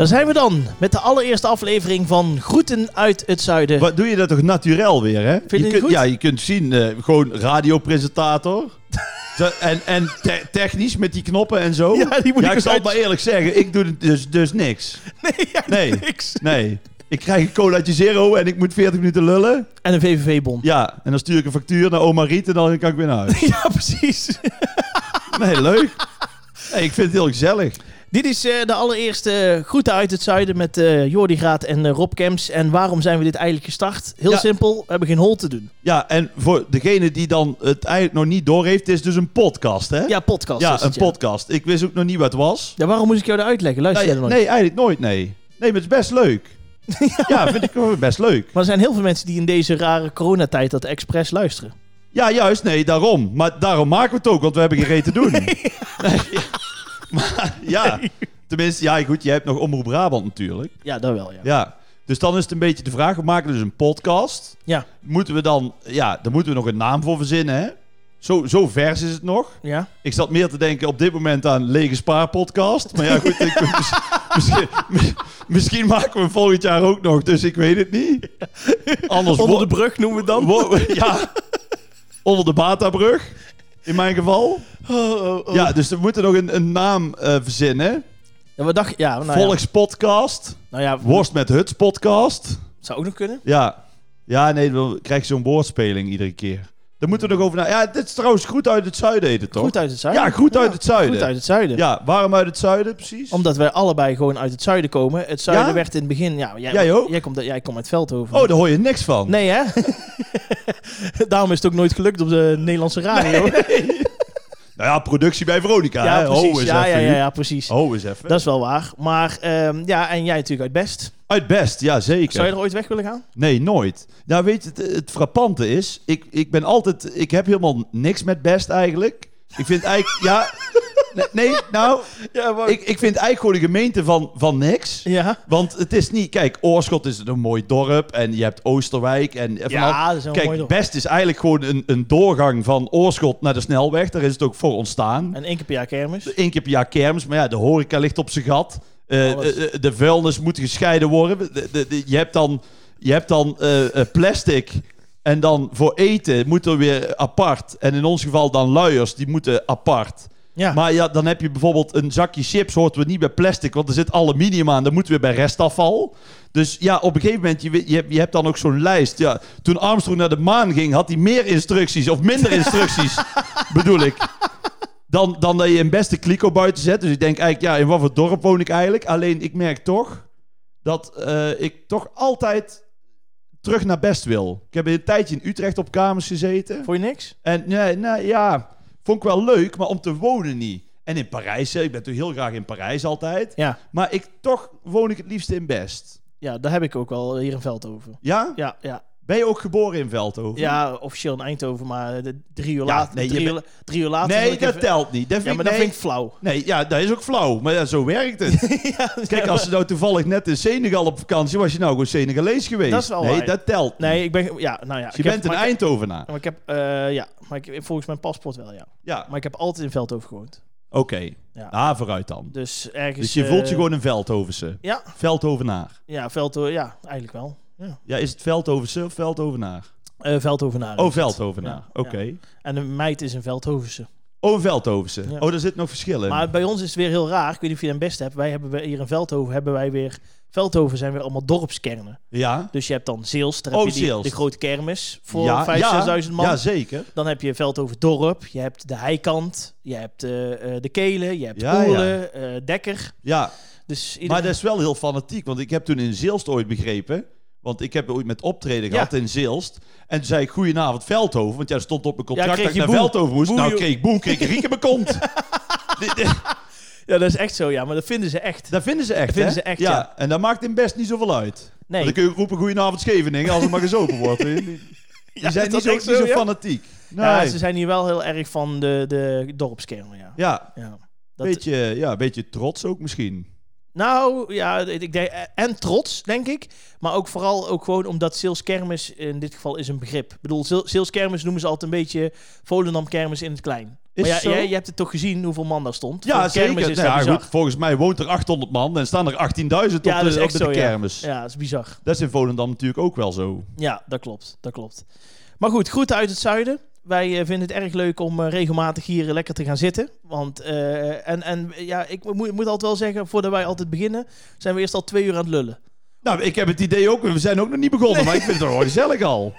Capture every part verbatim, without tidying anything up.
Daar zijn we dan, met de allereerste aflevering van Groeten uit het Zuiden. Wat doe je dat toch naturel weer, hè? Vind je, je het kunt, goed? Ja, je kunt zien, uh, gewoon radiopresentator. Zo, en en te- technisch met die knoppen en zo. Ja, die moet ja ik ik zal het uit- maar eerlijk zeggen, ik doe dus, dus niks. Nee, ja, Nee. niks. Nee. Ik krijg een colaatje zero en ik moet veertig minuten lullen. En een V V V-bon. Ja, en dan stuur ik een factuur naar oma Riet en dan kan ik weer naar huis. Ja, precies. Nee, leuk. Nee, ik vind het heel gezellig. Dit is uh, de allereerste Groeten uit het Zuiden met uh, Jordi Graat en uh, Rob Kemps. En waarom zijn we dit eigenlijk gestart? Heel Ja. simpel, we hebben geen hol te doen. Ja, en voor degene die dan het eigenlijk nog niet doorheeft, het is dus een podcast, hè? Ja, podcast Ja, is een het, ja. podcast. Ik wist ook nog niet wat het was. Ja, waarom moest ik jou dat uitleggen? Luister Nee, jij er nooit? nee, eigenlijk nooit, nee. Nee, maar het is best leuk. Ja, vind ik wel best leuk. Maar er zijn heel veel mensen die in deze rare coronatijd dat expres luisteren. Ja, juist, nee, daarom. Maar daarom maken we het ook, want we hebben geen reet te doen. Nee. Maar ja, tenminste, ja, goed, jij hebt nog Omroep Brabant natuurlijk. Ja, dat wel, ja. Ja, dus dan is het een beetje de vraag, we maken dus een podcast. Ja, Moeten we dan, ja, daar moeten we nog een naam voor verzinnen, hè? Zo, zo vers is het nog. ja. Ik zat meer te denken op dit moment aan Lege Spaar podcast. Maar ja, goed, ik, mis- misschien, mis- misschien maken we hem volgend jaar ook nog, dus ik weet het niet. Anders Onder wo- de brug noemen we het dan. wo- ja, onder de Batabrug, in mijn geval. Oh, oh, oh. Ja, dus we moeten nog een, een naam eh, verzinnen. Ja, wat dacht je? Ja, nou ja. Volkspodcast, Nou ja, Worst met Huts podcast. zou ook nog kunnen. Ja, ja nee, dan krijg je zo'n woordspeling iedere keer. Daar moeten we nog over na. Ja, dit is trouwens Goed uit het Zuiden, heet het toch? Goed uit het Zuiden. Ja, Goed uit het Zuiden. Goed uit het Zuiden. Ja, waarom uit het Zuiden precies? Omdat wij allebei gewoon uit het Zuiden komen. Het Zuiden Ja? werd in het begin... Ja, jij, Jij ook? Jij komt, jij komt uit Veldhoven. Oh, daar hoor je niks van. Nee, hè? Daarom is het ook nooit gelukt op de Nederlandse radio. Nou ja, productie bij Veronica. Ja, hè? Ho precies. eens Ja, ja, even. ja, ja, precies. Ho eens even. Dat is wel waar. Maar ehm, ja, en jij natuurlijk uit Best. Uit Best, ja zeker. Zou je er ooit weg willen gaan? Nee, nooit. Nou, weet je, het, het frappante is, ik, ik ben altijd, ik heb helemaal niks met Best eigenlijk. Ik vind eigenlijk, ja, nee, nee, nou, Ja, ik, ik vind eigenlijk gewoon een gemeente van, van niks. Ja. Want het is niet, kijk, Oorschot is een mooi dorp en je hebt Oosterwijk en vanaf, Ja, dat is een kijk, mooi dorp. Best is eigenlijk gewoon een, een doorgang van Oorschot naar de snelweg. Daar is het ook voor ontstaan. En één keer per jaar kermis. Eén keer per jaar kermis, maar ja, de horeca ligt op zijn gat. Eh, Alles. eh, de vuilnis moet gescheiden worden. De, de, de- je hebt dan, je hebt dan eh, eh, plastic en dan voor eten moet er weer apart. En in ons geval dan luiers, die moeten apart. Ja. Maar ja, dan heb je bijvoorbeeld een zakje chips, hoort we niet bij plastic, want er zit aluminium aan. Dan moeten we bij restafval. Dus ja, op een gegeven moment, je, weet- je, hebt, je hebt dan ook zo'n lijst. Ja, toen Armstrong naar de maan ging, had hij meer instructies of minder instructies, bedoel ik. Dan, dan dat je een beste kliko buiten zet. Dus ik denk eigenlijk, ja, in wat voor dorp woon ik eigenlijk? Alleen ik merk toch dat eh, ik toch altijd terug naar Best wil. Ik heb een tijdje in Utrecht op kamers gezeten. Vond je niks? En nee, nee, ja, vond ik wel leuk, maar om te wonen niet. En in Parijs, hè, ik ben toch heel graag in Parijs altijd. Ja. Maar ik, toch woon ik het liefst in Best. Ja, daar heb ik ook wel hier in Veldhoven. Ja? Ja, ja. Ben je ook geboren in Veldhoven? Ja, officieel in Eindhoven, maar de, drie uur Ja, later... nee, je drie, bent- uur, drie uur later... wil Nee, ik dat even- telt niet. Dat vind Ja, ik, maar dat nee. vind ik flauw. Nee, ja, dat is ook flauw. Maar ja, zo werkt het. Ja, Kijk, als je nou toevallig net in Senegal op vakantie was, je nou gewoon Senegalees geweest. Dat is wel nee, waar. dat telt. Nee, ik ben... Ja, nou ja. Dus ik je heb- bent een maar ik heb- Eindhovenaar. Maar ik heb... eh, ja, maar ik, volgens mijn paspoort wel, ja. Ja, Maar ik heb altijd in Veldhoven gewoond. oké. Ja. Ah, vooruit dan. Dus ergens... Dus je voelt je eh, gewoon een Veldhovense. Ja, Veldhovenaar. ja, Veldhoven... Ja, eigenlijk wel. Ja. Ja, is het Veldhovense of Veldhovenaar? Eh Veldhovenaar. Oh, is het. Veldhovenaar. Ja, Oké. ja. En de meid is een Veldhovense. Oh, een Veldhovense. Ja. Oh, daar zit nog verschillen. Maar bij ons is het weer heel raar. Ik weet niet of je dat best hebt. Wij hebben we- hier in Veldhoven hebben wij weer... Veldhoven zijn weer allemaal dorpskernen. Ja? Dus je hebt dan Zeelst. Daar Oh, heb je die, Zeelst. de grote kermis voor ja, vijfduizend, ja, zesduizend man. Ja, zeker. Dan heb je Veldhoven Dorp. Je hebt de Heikant. Je hebt eh, eh, de Kelen. Je hebt Ja, Oerlen. eh, Dekker. Ja, Dus ieder- maar dat is wel heel fanatiek. Want ik heb toen in Zeelst ooit begrepen... Want ik heb ooit met optreden Ja. gehad in Zeelst. En toen zei ik, goedenavond Veldhoven. Want ja, er stond op mijn contract kreeg dat ik je naar boe. Veldhoven moest. Boe, nou, joh. kreeg ik boem, kreeg ik rieken mijn kont. Dit- dit- Ja, dat is echt zo. Ja, maar dat vinden ze echt. Dat vinden ze echt, Dat vinden hè? ze echt, ja. En dat maakt in best niet zoveel uit. Nee. Dan kun je roepen, goedenavond Scheveningen, als het maar gezopen wordt. Die, die Ja, zijn is niet dat zo, echt niet zo ja? fanatiek. Nee. Ja, ze zijn hier wel heel erg van de, de dorpskernen, ja. Ja, ja. Dat, beetje, ja, een beetje trots ook misschien. Nou, ja, ik denk, en trots, denk ik. Maar ook vooral ook gewoon omdat Zeels Kermis in dit geval is een begrip. Ik bedoel, Zeel- Zeels Kermis noemen ze altijd een beetje Volendam Kermis in het klein. Is Maar ja, zo? jij, je hebt het toch gezien hoeveel man daar stond? Ja, Voor de kermis zeker. is Nou, dat ja, bizar. goed, volgens mij woont er achthonderd man en staan er achttienduizend Ja, op dat de, is op echt de zo, ja. kermis. Ja, dat is bizar. Dat is in Volendam natuurlijk ook wel zo. Ja, dat klopt. Dat klopt. Maar goed, groeten uit het zuiden. Wij uh, vinden het erg leuk om uh, regelmatig hier uh, lekker te gaan zitten. Want, uh, en, en ja, ik moet, moet altijd wel zeggen, voordat wij altijd beginnen, zijn we eerst al twee uur aan het lullen. Nou, ik heb het idee ook, we zijn ook nog niet begonnen, nee. Maar ik vind het wel gezellig al.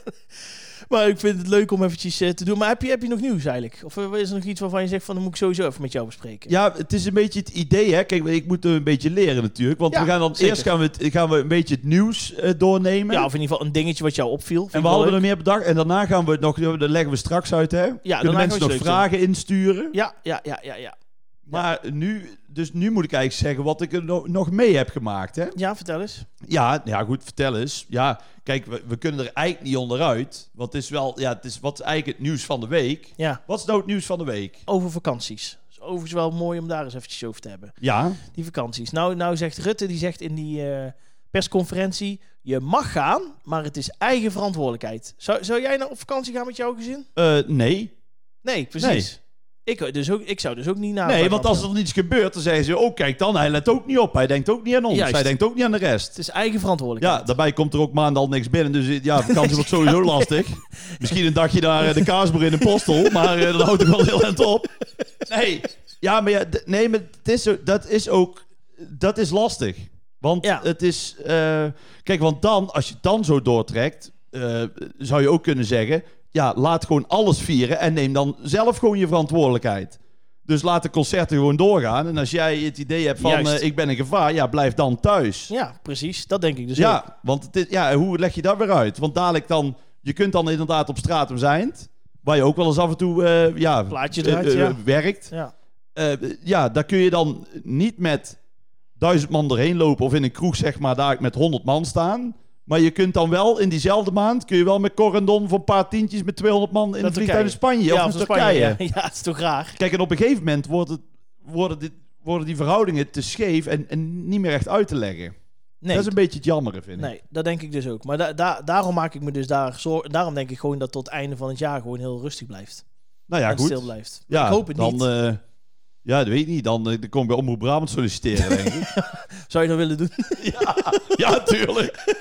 Maar ik vind het leuk om eventjes uh, te doen. Maar heb je, heb je nog nieuws eigenlijk? Of uh, is er nog iets waarvan je zegt van, dan moet ik sowieso even met jou bespreken? Ja, het is een beetje het idee, hè. Kijk, ik moet een beetje leren natuurlijk. Want Ja, we gaan dan zeker. eerst gaan we, het, gaan we een beetje het nieuws uh, doornemen. Ja, of in ieder geval een dingetje wat jou opviel. Vind en ik we wel hadden leuk. er meer bedacht. En daarna gaan we het nog, dat leggen we straks uit, hè. Ja, Kunnen mensen gaan nog we het vragen insturen. Ja, ja, ja, ja, ja. Maar nu, dus nu moet ik eigenlijk zeggen wat ik er no- nog mee heb gemaakt, hè. Ja, vertel eens. Ja, ja, goed, vertel eens. Ja, kijk, we, we kunnen er eigenlijk niet onderuit. Want het is wel, ja, het is, wat is eigenlijk het nieuws van de week? Ja, Wat is nou het nieuws van de week? over vakanties. Is overigens wel mooi om daar eens eventjes over te hebben. Ja, Die vakanties. Nou, nou zegt Rutte, die zegt in die uh, persconferentie, je mag gaan, maar het is eigen verantwoordelijkheid. Zou, zou jij nou op vakantie gaan met jouw gezin? uh, nee. Nee, precies. Ik, dus ook, ik zou dus ook niet naar... Nee, want als er niets gebeurt, dan zeggen ze, oh, kijk dan, hij let ook niet op. Hij denkt ook niet aan ons. Juist. Hij denkt ook niet aan de rest. Het is eigen verantwoordelijkheid. Ja, daarbij komt er ook maanden al niks binnen. Dus ja, vakantie wordt sowieso lastig. Misschien een dagje naar uh, de Kaasboer in de Postel, maar uh, dat houdt toch wel heel eind op. Nee, ja, maar ja, d- nee, maar het is zo, dat is ook, dat is lastig. Want Ja. het is, uh, kijk, want dan, als je het dan zo doortrekt, uh, zou je ook kunnen zeggen, ja, laat gewoon alles vieren en neem dan zelf gewoon je verantwoordelijkheid. Dus laat de concerten gewoon doorgaan. En als jij het idee hebt van, uh, ik ben een gevaar, ja, blijf dan thuis. Ja, precies. Dat denk ik dus ook. Ja, want het is, ja, hoe leg je dat weer uit? Want dadelijk dan, je kunt dan inderdaad op Stratum zijn, waar je ook wel eens af en toe uh, ja, Plaatje uh, eruit, uh, ja. werkt. Ja. Uh, ja, daar kun je dan niet met duizend man doorheen lopen of in een kroeg zeg maar daar met honderd man staan. Maar je kunt dan wel in diezelfde maand, kun je wel met Corendon voor een paar tientjes met tweehonderd man in het vliegtuig in Spanje ja, of in of Turkije. Spanje, ja. Ja, het is toch raar. Kijk, en op een gegeven moment wordt het, worden, dit, worden die verhoudingen te scheef en, en niet meer echt uit te leggen. Nee, Dat is een beetje het jammere, vind ik. nee, dat denk ik dus ook. Maar da- da- daarom maak ik me dus daar zorgen. Daarom denk ik gewoon dat tot het einde van het jaar gewoon heel rustig blijft. Nou ja, en goed. stil blijft. Ja, ik hoop het dan, niet. Uh, ja, dat weet ik niet. Dan, uh, dan kom ik bij Omroep Brabant solliciteren, denk ik. Zou je dat willen doen? ja, ja, tuurlijk.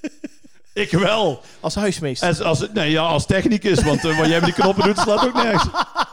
Ik wel. Als huismeester? Als, als, nee, ja, als technicus, want uh, wat jij met die knoppen doet, slaat ook nergens.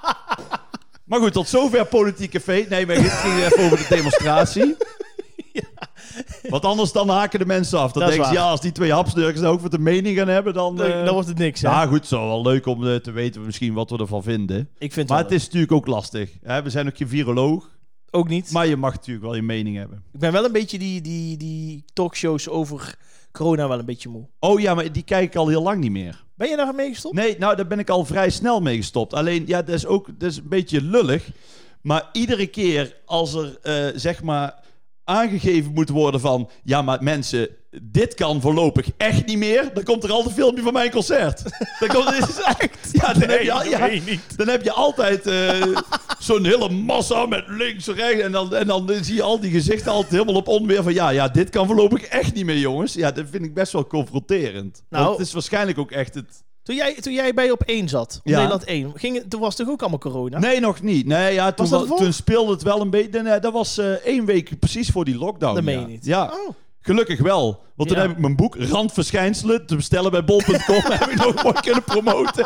Maar goed, tot zover politieke feit. Nee, maar het ging even over de demonstratie. Ja. Want anders dan haken de mensen af. Dan denken ze, ja, als die twee hapsnurkers nou ook wat de mening gaan hebben, dan... Uh, dan wordt het niks, hè? Nou goed, het is wel leuk om uh, te weten misschien wat we ervan vinden. Ik vind maar het het is natuurlijk ook lastig. Hè? We zijn ook geen viroloog. Ook niet. Maar je mag natuurlijk wel je mening hebben. Ik ben wel een beetje die, die, die talkshows over corona wel een beetje moe. Oh ja, maar die kijk ik al heel lang niet meer. Ben je daar mee gestopt? Nee, nou daar ben ik al vrij snel mee gestopt. Alleen, ja, dat is ook dat is een beetje lullig. Maar iedere keer als er, uh, zeg maar, aangegeven moet worden van... Ja, maar mensen, dit kan voorlopig echt niet meer. Dan komt er altijd een filmpje van mijn concert. Dan komt dit is echt... Ja, dan, nee, heb, je, al, ja, niet. dan heb je altijd uh, zo'n hele massa met links, rechts. En dan, en dan zie je al die gezichten altijd helemaal op onweer van... Ja, ja, dit kan voorlopig echt niet meer, jongens. Ja, dat vind ik best wel confronterend. Nou, Want het is waarschijnlijk ook echt het... Toen jij, toen jij bij op één zat, op Ja. Nederland één, ging het, toen was toch ook allemaal corona? Nee, nog niet. Nee, ja, toen, Was dat wa- ervoor? toen speelde het wel een beetje... Nee, dat was uh, één week precies voor die lockdown. Dat ja. meen je niet. Ja, Oh. gelukkig wel. Want toen Ja. heb ik mijn boek Randverschijnselen te bestellen bij bol punt com heb ik nog mooi kunnen promoten.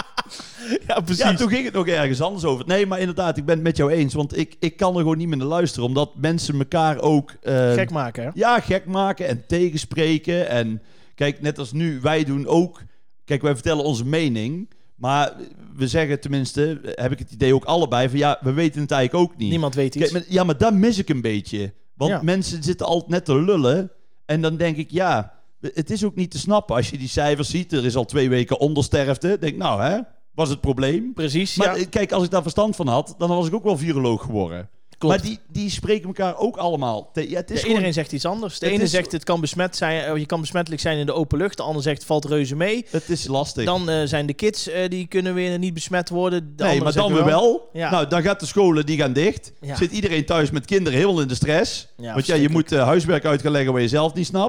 Ja, precies. Ja, toen ging het nog ergens anders over. Nee, maar inderdaad, ik ben het met jou eens. Want ik, ik kan er gewoon niet meer naar luisteren. Omdat mensen elkaar ook... Uh, Gek maken, hè? Ja, gek maken en tegenspreken. En kijk, net als nu, wij doen ook... Kijk, wij vertellen onze mening... Maar we zeggen tenminste, heb ik het idee ook allebei... van ja, we weten het eigenlijk ook niet. Niemand weet iets. Kijk, maar- ja, maar dat mis ik een beetje. Want Ja. mensen zitten altijd net te lullen. En dan denk ik, ja, het is ook niet te snappen. Als je die cijfers ziet, er is al twee weken ondersterfte. Denk nou, hè, was het probleem? Precies, Maar ja. kijk, als ik daar verstand van had, dan was ik ook wel viroloog geworden. Klopt. Maar die, die spreken elkaar ook allemaal. Te, ja, het is Ja, gewoon, iedereen zegt iets anders. De Het ene is- zegt het kan besmet zijn, uh, je kan besmettelijk zijn in de open lucht. De ander zegt het valt reuze mee. het is lastig. Dan uh, zijn de kids uh, die kunnen weer niet besmet worden. De nee, anderen maar dan zeggen weer wel. Ja. Nou, dan gaat de scholen, die gaan dicht. Ja. Zit iedereen thuis met kinderen helemaal in de stress. Ja, Want ja, je moet uh, huiswerk uit gaan leggen waar je zelf niet snapt.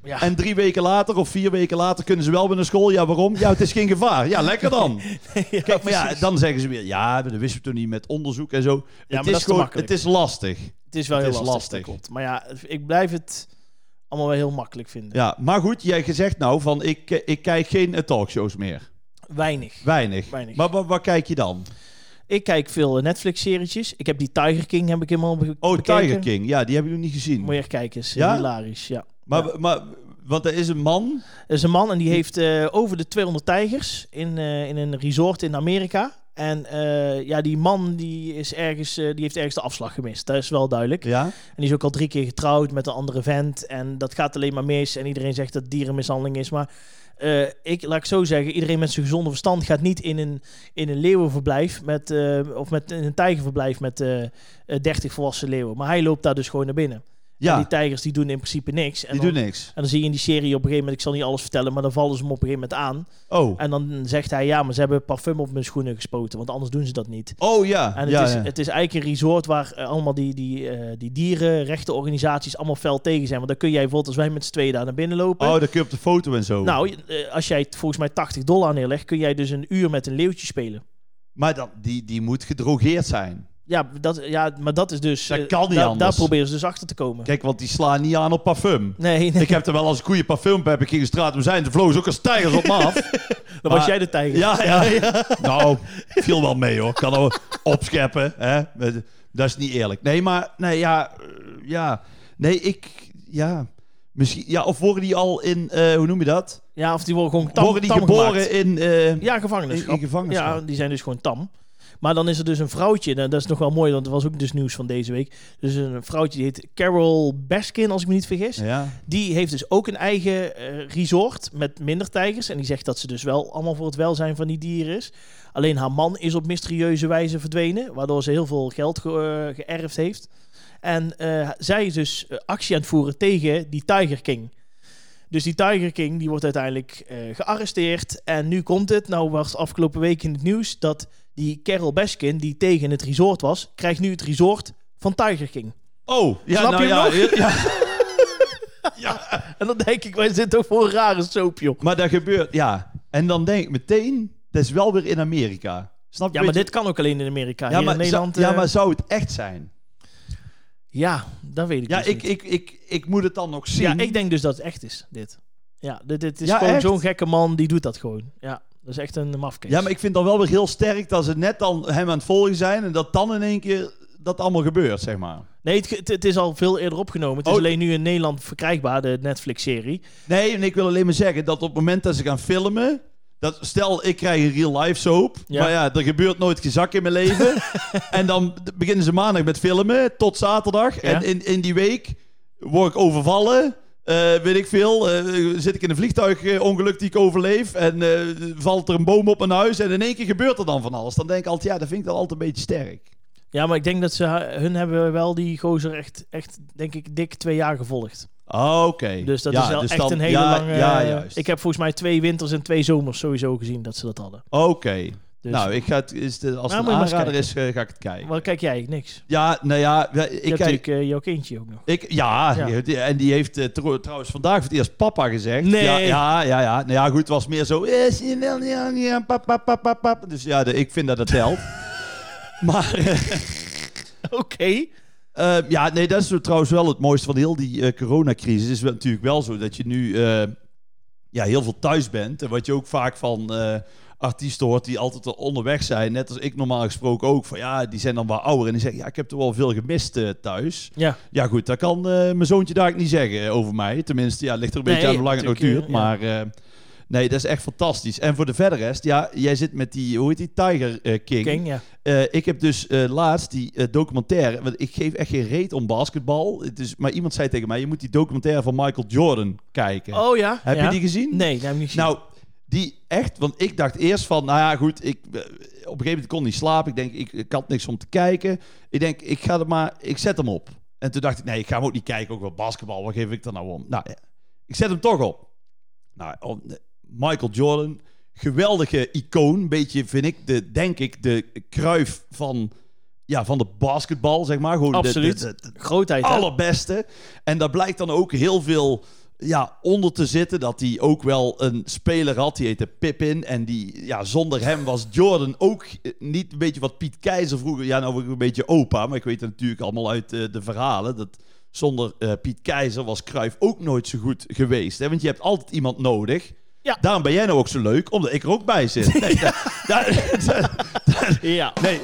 Ja. En drie weken later of vier weken later kunnen ze wel weer naar school. Ja, waarom? Ja, het is geen gevaar. Ja, lekker dan. ja, Kijk, maar ja, dan zeggen ze weer... Ja, dat wisten we toen niet met onderzoek en zo. Ja, het maar is dat is gewoon, makkelijk. het is lastig. Het is wel Het heel is lastig, lastig. dat klopt. Maar ja, ik blijf het allemaal wel heel makkelijk vinden. Ja, maar goed, jij gezegd nou van... Ik, eh, ik kijk geen eh, talkshows meer. Weinig. Weinig. Weinig. Maar wat, wat kijk je dan? Ik kijk veel Netflix-serietjes. Ik heb die Tiger King heb ik helemaal be- Oh, bekeken. Tiger King. Ja, die heb ik nog niet gezien. Moet je echt kijken. Is Ja? hilarisch, ja. Maar, Ja. maar, want er is een man... Er is een man en die heeft uh, over de tweehonderd tijgers in, uh, in een resort in Amerika. En uh, ja, die man die is ergens, uh, die heeft ergens de afslag gemist. Dat is wel duidelijk. Ja? En die is ook al drie keer getrouwd met een andere vent. En dat gaat alleen maar mis. En iedereen zegt dat het dierenmishandeling is. Maar uh, ik laat ik zo zeggen, iedereen met zijn gezonde verstand gaat niet in een, in een leeuwenverblijf met, uh, of met in een tijgerverblijf met uh, uh, dertig volwassen leeuwen. Maar hij loopt daar dus gewoon naar binnen. Ja, En die tijgers die doen in principe niks. En die dan, doen niks. En dan zie je in die serie op een gegeven moment, ik zal niet alles vertellen, maar dan vallen ze hem op een gegeven moment aan. Oh. En dan zegt hij, ja, maar ze hebben parfum op mijn schoenen gespoten, want anders doen ze dat niet. Oh ja. En het, ja, is, ja. het is eigenlijk een resort waar uh, allemaal die, die, uh, die dierenrechtenorganisaties allemaal fel tegen zijn. Want dan kun jij bijvoorbeeld, als wij met z'n tweeën daar naar binnen lopen. Oh, dan kun je op de foto en zo. Nou, uh, als jij volgens mij tachtig dollar neerlegt, kun jij dus een uur met een leeuwtje spelen. Maar dan, die, die moet gedrogeerd zijn. Ja, dat, ja, maar dat is dus... Dat uh, kan niet da- anders. Daar proberen ze dus achter te komen. Kijk, want die slaan niet aan op parfum. Nee, nee. Ik heb er wel als een goede parfum heb ik ging de straat om zijn. De vloog ze ook als tijgers op me af. Dan was Maar- jij de tijger. Ja, ja, ja. Nou, viel wel mee hoor. Kan ook opscheppen. Hè? Dat is niet eerlijk. Nee, maar, nee, ja, uh, ja. Nee, ik, ja. Misschien, ja, of worden die al in, uh, hoe noem je dat? Ja, of die worden gewoon tam, worden die tam geboren gemaakt. in, uh, Ja, gevangenschap. in, in gevangenschap? Ja, die zijn dus gewoon tam. Maar dan is er dus een vrouwtje, en dat is nog wel mooi, want dat was ook dus nieuws van deze week. Dus een vrouwtje die heet Carol Baskin, als ik me niet vergis. Ja. Die heeft dus ook een eigen uh, resort met minder tijgers. En die zegt dat ze dus wel allemaal voor het welzijn van die dieren is. Alleen haar man is op mysterieuze wijze verdwenen, waardoor ze heel veel geld ge- uh, geërfd heeft. En uh, zij is dus uh, actie aan het voeren tegen die Tiger King. Dus die Tiger King die wordt uiteindelijk uh, gearresteerd. En nu komt het, nou was afgelopen week in het nieuws, dat die Carol Baskin, die tegen het resort was, krijgt nu het resort van Tiger King. Oh, ja, Snap nou je ja, hem nog? ja. Ja. En dan denk ik, wij zitten toch voor een rare soap, joh. Maar dat gebeurt, ja. En dan denk ik meteen, dat is wel weer in Amerika. Snap je? Ja, maar Weet dit kan ook alleen in Amerika. je- Hier ja, maar, in Nederland... zou, ja, uh, maar zou het echt zijn? ja, dat weet ik Ja, dus ik, niet. ik, ik, ik moet het dan nog zien. Ja, ik denk dus dat het echt is, dit. Ja, dit, dit is Ja, gewoon echt? zo'n gekke man, die doet dat gewoon. Ja, dat is echt een mafkees. Ja, maar ik vind dan wel weer heel sterk dat ze net dan hem aan het volgen zijn en dat dan in één keer dat allemaal gebeurt, zeg maar. Nee, het, het, het is al veel eerder opgenomen. Het is Oh. alleen nu in Nederland verkrijgbaar, de Netflix-serie. Nee, en ik wil alleen maar zeggen dat op het moment dat ze gaan filmen, dat stel ik krijg een real life soap, Ja. maar ja, er gebeurt nooit gezak in mijn leven. En dan beginnen ze maandag met filmen tot zaterdag. Ja. En in, in die week word ik overvallen. Uh, weet ik veel, uh, zit ik in een vliegtuigongeluk die ik overleef en uh, valt er een boom op mijn huis en in één keer gebeurt er dan van alles. Dan denk ik altijd, ja, dat vind ik dan altijd een beetje sterk. Ja, maar ik denk dat ze hun hebben wel die gozer echt, echt denk ik, dik twee jaar gevolgd. Oké. Okay. Dus dat ja, is wel dus echt dan- een hele ja, lange... Ja, juist. Ik heb volgens mij twee winters en twee zomers sowieso gezien dat ze dat hadden. Oké. Okay. Dus, Nou, ik ga het, is de, als Nou, het een moet je maar aanrader eens is, uh, ga ik het kijken. waar kijk jij? Niks. Ja, nou ja, ik Je hebt kijk... natuurlijk uh, jouw kindje ook nog. Ik, ja, Ja. die- en die heeft uh, tro- trouwens vandaag voor het eerst papa gezegd. Nee. Ja, ja, ja. ja. Nou ja, goed, het was meer zo... Is je wel niet aan je papa, papa, papa. Dus ja, de, ik vind dat het telt. Maar... uh, Oké. Uh, ja, nee, dat is zo trouwens wel het mooiste van heel die uh, coronacrisis. Het is wel, natuurlijk wel zo dat je nu uh, ja, heel veel thuis bent. En wat je ook vaak van uh, artiesten hoort die altijd er onderweg zijn. Net als ik normaal gesproken ook. Van ja, die zijn dan wel ouder. En die zeggen, ja, ik heb er wel veel gemist uh, thuis. Ja. Ja goed, dat kan uh, mijn zoontje daar niet zeggen over mij. Tenminste, ja, het ligt er een Nee, beetje aan hoe lang het nog natuurlijk, duurt. uh, ja. Maar... Uh, nee, dat is echt fantastisch. En voor de verder rest, ja, jij zit met die, hoe heet die, Tiger uh, King. King, ja. Uh, ik heb dus uh, laatst die uh, documentaire, want ik geef echt geen reet om basketbal. Het is, maar iemand zei tegen mij, je moet die documentaire van Michael Jordan kijken. Oh ja. heb ja. je die gezien? Nee, dat heb ik niet gezien. Nou, die echt, want ik dacht eerst van, nou ja, goed, ik, uh, op een gegeven moment kon ik niet slapen. Ik denk, ik, ik had niks om te kijken. Ik denk, ik ga er maar, ik zet hem op. En toen dacht ik, nee, ik ga hem ook niet kijken, ook wel basketbal, wat geef ik er nou om? Nou, ja, ik zet hem toch op. Nou, om, Michael Jordan, geweldige icoon. Beetje, vind ik, de, denk ik, de Cruyff van, ja, van de basketbal, zeg maar. Gewoon Absoluut. De, de, de, de Grootheid, hè? allerbeste. En daar blijkt dan ook heel veel ja, onder te zitten. Dat hij ook wel een speler had, die heette Pippin. En die, ja, zonder hem was Jordan ook niet een beetje wat Piet Keizer vroeger... Ja, nou een beetje opa, maar ik weet het natuurlijk allemaal uit uh, de verhalen... dat zonder uh, Piet Keizer was Cruijff ook nooit zo goed geweest. Hè? Want je hebt altijd iemand nodig... Ja. Daarom ben jij nou ook zo leuk, omdat ik er ook bij zit. Nee, da, da, da, da, ja. Nee.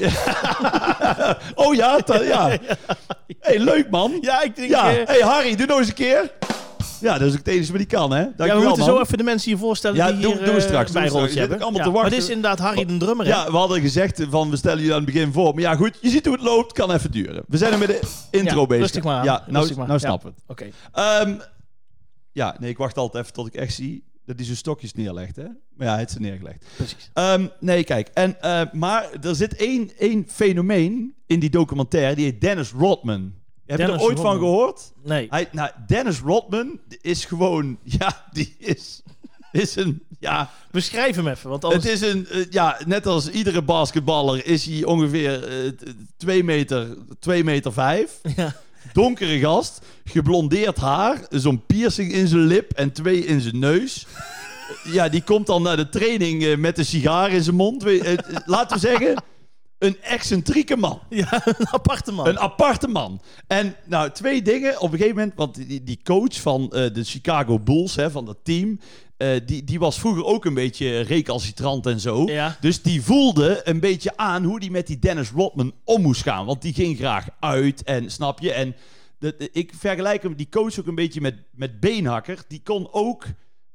Oh ja, ta, ja. Hey, leuk man. Ja, ik denk... Ja. Uh... Hey Harry, doe nog eens een keer. Ja, dat is ook het enige wat die kan, hè? Dank ja, we wel, moeten man. zo even de mensen hier voorstellen ja, die doen, hier doen we straks, uh, bijrolletje hebben. Allemaal ja. te wachten. Maar dit is inderdaad Harry de drummer, hè? Ja, we hadden gezegd van, we stellen jullie aan het begin voor. Maar ja, goed, je ziet hoe het loopt, kan even duren. We zijn er met de intro ja, bezig. Rustig maar aan. Ja, nou, rustig maar. nou snappen we ja. het. Oké. Okay. Um, ja, nee, ik wacht altijd even tot ik echt zie... dat hij zijn stokjes neerlegt, hè? Maar ja, hij heeft ze neergelegd. Precies. Um, nee, kijk. En, uh, maar er zit één, één fenomeen in die documentaire. Die heet Dennis Rodman. Heb Dennis je er ooit Rodman. van gehoord? Nee. Hij, nou, Dennis Rodman is gewoon... Ja, die is... is een... Ja, beschrijf hem even, want anders... Het is een... Uh, ja, net als iedere basketballer is hij ongeveer twee uh, meter... twee meter vijf. Ja. Donkere gast, geblondeerd haar, zo'n piercing in zijn lip en twee in zijn neus. Ja, die komt dan naar de training uh, met een sigaar in zijn mond. Uh, uh, laten we zeggen, een excentrieke man. Ja, een aparte man. Een aparte man. En nou, twee dingen. Op een gegeven moment, want die, die coach van uh, de Chicago Bulls, hè, van dat team... Uh, die, die was vroeger ook een beetje recalcitrant en zo. Ja. Dus die voelde een beetje aan hoe die met die Dennis Rodman om moest gaan. Want die ging graag uit en snap je. En de, de, ik vergelijk hem, die coach ook een beetje met, met Beenhakker. Die kon ook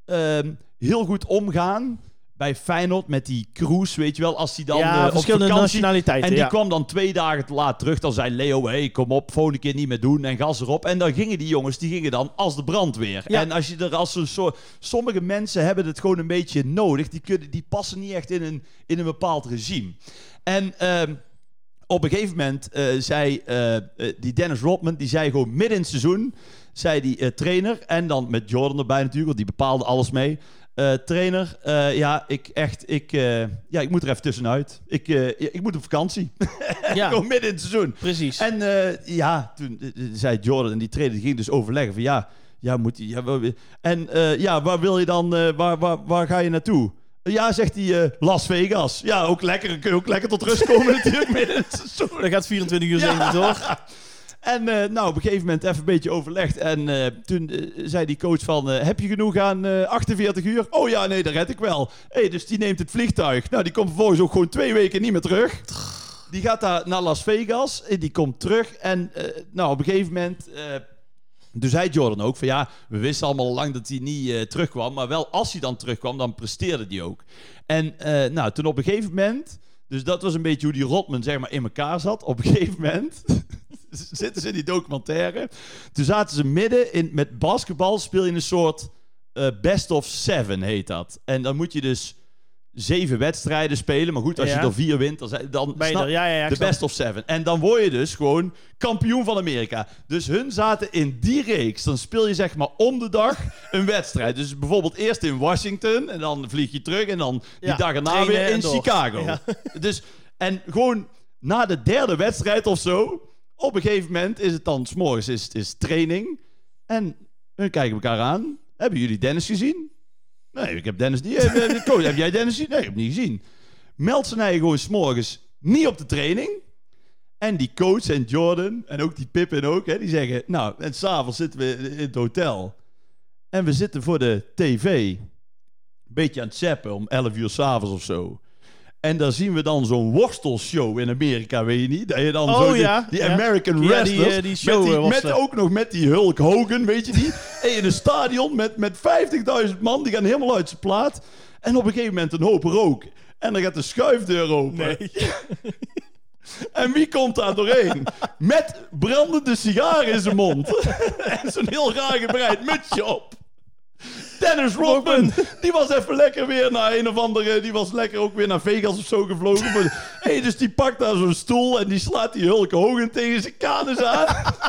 um, heel goed omgaan bij Feyenoord met die Kroes, weet je wel. Als hij dan ja, uh, verschillende op vakantie, nationaliteiten. En die ja. kwam dan twee dagen te laat terug. Dan zei Leo, hey, kom op, volgende keer niet meer doen. En gas erop. En dan gingen die jongens, die gingen dan als de brandweer. Ja. En als je er als een soort... Sommige mensen hebben het gewoon een beetje nodig. Die, kunnen, die passen niet echt in een, in een bepaald regime. En... Uh, op een gegeven moment uh, zei uh, uh, die Dennis Rodman, die zei gewoon midden in het seizoen, zei die uh, trainer, en dan met Jordan erbij natuurlijk, want die bepaalde alles mee. Uh, trainer, uh, ja, ik echt, ik, uh, ja, ik moet er even tussenuit. Ik, uh, ik moet op vakantie. Ja. Gewoon midden in het seizoen. Precies. En uh, ja, toen uh, zei Jordan, en die trainer die ging dus overleggen van ja, ja, moet hij, ja, en uh, ja, waar wil je dan, uh, waar, waar, waar ga je naartoe? Ja, zegt hij, uh, Las Vegas. Ja, ook lekker. Kun je ook lekker tot rust komen natuurlijk midden in het seizoen. Dat gaat vierentwintig uur ja. door. En uh, nou, op een gegeven moment even een beetje overlegd. En uh, toen uh, zei die coach van, uh, heb je genoeg aan uh, achtenveertig uur? Oh ja, nee, dat red ik wel. Hey, dus die neemt het vliegtuig. Nou, die komt vervolgens ook gewoon twee weken niet meer terug. Die gaat daar naar Las Vegas. Die komt terug. En uh, nou, op een gegeven moment... Uh, Dus zei Jordan ook van ja, we wisten allemaal lang dat hij niet uh, terugkwam. Maar wel als hij dan terugkwam, dan presteerde hij ook. En uh, nou, toen op een gegeven moment... Dus dat was een beetje hoe die Rodman zeg maar in elkaar zat. Op een gegeven moment zitten ze in die documentaire. Toen zaten ze midden in... Met basketbal speel je een soort uh, best of seven heet dat. En dan moet je dus... zeven wedstrijden spelen. Maar goed, als ja. je er vier wint, dan, dan snap, snap, ja, ja, ja, de snap. best of seven. En dan word je dus gewoon kampioen van Amerika. Dus hun zaten in die reeks. Dan speel je zeg maar om de dag een wedstrijd. Dus bijvoorbeeld eerst in Washington. En dan vlieg je terug. En dan die ja, dag erna weer in Chicago. Ja. Dus, en gewoon na de derde wedstrijd of zo... Op een gegeven moment is het dan... 's morgens is, is training. En hun kijken elkaar aan. Hebben jullie Dennis gezien? Nee, ik heb Dennis niet... Heb, coach, heb jij Dennis gezien? Nee, ik heb niet gezien. Meldt zijn eigen gewoon 's morgens niet op de training. En die coach en Jordan, en ook die Pippen ook, hè, die zeggen... Nou, en s'avonds zitten we in het hotel. En we zitten voor de tv. Een beetje aan het zappen om elf uur s'avonds of zo. En daar zien we dan zo'n worstelshow in Amerika, weet je niet? Dat je dan oh, zo die, ja, die ja. American ja, wrestlers... Die, uh, die show met, die, was met ook nog met die Hulk Hogan, weet je niet? En in een stadion met, met vijftigduizend man, die gaan helemaal uit zijn plaat. En op een gegeven moment een hoop rook. En dan gaat de schuifdeur open. Nee. En wie komt daar doorheen? Met brandende sigaar in zijn mond. En zo'n heel raar gebreid mutsje op. Dennis Rodman, die was even lekker weer naar een of andere... Die was lekker ook weer naar Vegas of zo gevlogen. Hey, dus die pakt daar zo'n stoel en die slaat die Hulk Hogan tegen zijn kanus aan.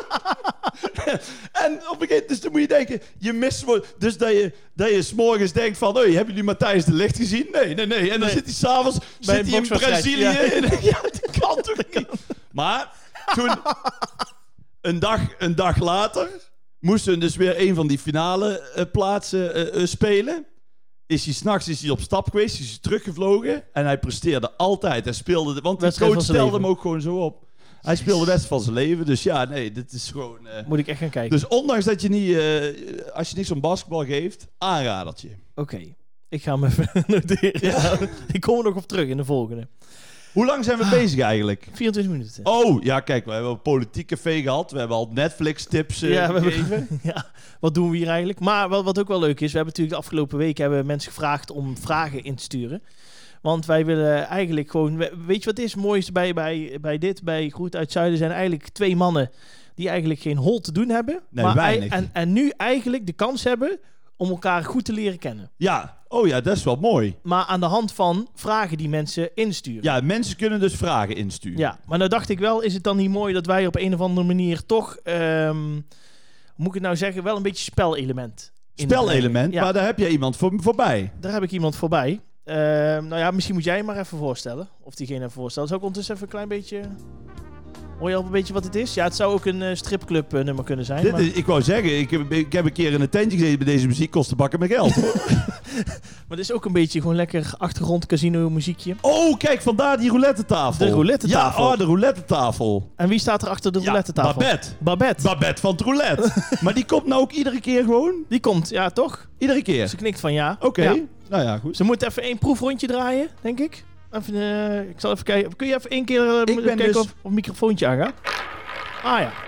En op een gegeven moment, dus dan moet je denken... Je mist... Dus dat je, dat je 's morgens denkt van... Hey, hebben jullie Matthijs de Ligt gezien? Nee, nee, nee. En dan nee. zit hij s'avonds zit hij in Brazilië. Ja. En, ja, dat kan toch niet? Maar toen... Een dag, een dag later... moesten we dus weer een van die finale uh, plaatsen uh, uh, spelen. Is hij s'nachts is hij op stap geweest, is hij teruggevlogen. En hij presteerde altijd. Hij speelde, de, want de coach stelde hem ook gewoon zo op. Hij speelde de wedstrijd van zijn leven. Dus ja, nee, dit is gewoon... Uh, Moet ik echt gaan kijken. Dus ondanks dat je niet... Uh, als je niks om basketbal geeft, aanradertje. Oké, okay. Ik ga hem even noteren. Ja. Ik kom er nog op terug in de volgende. Hoe lang zijn we ah, bezig eigenlijk? vierentwintig minuten. Oh, ja, kijk, we hebben een politiek café gehad. We hebben al Netflix-tips uh, ja, gegeven. Hebben, ja, wat doen we hier eigenlijk? Maar wat, wat ook wel leuk is, we hebben natuurlijk de afgelopen week hebben mensen gevraagd om vragen in te sturen. Want wij willen eigenlijk gewoon... Weet je wat is het mooiste bij, bij, bij dit? Bij Groet uit Zuiden zijn eigenlijk twee mannen die eigenlijk geen hol te doen hebben. Nee, maar weinig. En, en nu eigenlijk de kans hebben om elkaar goed te leren kennen. Ja, oh ja, dat is wel mooi. Maar aan de hand van vragen die mensen insturen. Ja, mensen kunnen dus vragen insturen. Ja, maar nou dacht ik wel, is het dan niet mooi dat wij op een of andere manier toch... Um, moet ik het nou zeggen, wel een beetje spelelement. Spelelement? Ja. Maar daar heb je iemand voor, voorbij. Daar heb ik iemand voorbij. Uh, nou ja, misschien moet jij je maar even voorstellen. Of diegene even voorstellen. Zou ik ondertussen even een klein beetje... Hoor je al een beetje wat het is? Ja, het zou ook een uh, stripclub uh, nummer kunnen zijn. Dit, maar... Ik wou zeggen, ik heb, ik heb een keer in een tentje gezeten bij deze muziek. Kost de bakken met geld. Maar het is ook een beetje gewoon lekker achtergrond casino muziekje. Oh, kijk, vandaar die roulette tafel. De roulette tafel. Ja, oh, de roulette tafel. En wie staat er achter de roulette tafel? Ja, Babette. Babette. Babette van het roulette. Maar die komt nou ook iedere keer gewoon? Die komt, ja, toch? Iedere keer? Ze knikt van ja. Oké, okay. Ja. Nou ja, goed. Ze moet even één proefrondje draaien, denk ik. Even, uh, ik zal even kijken. Kun je even één keer uh, kijken dus... of, of het microfoontje aangaat? Ah ja.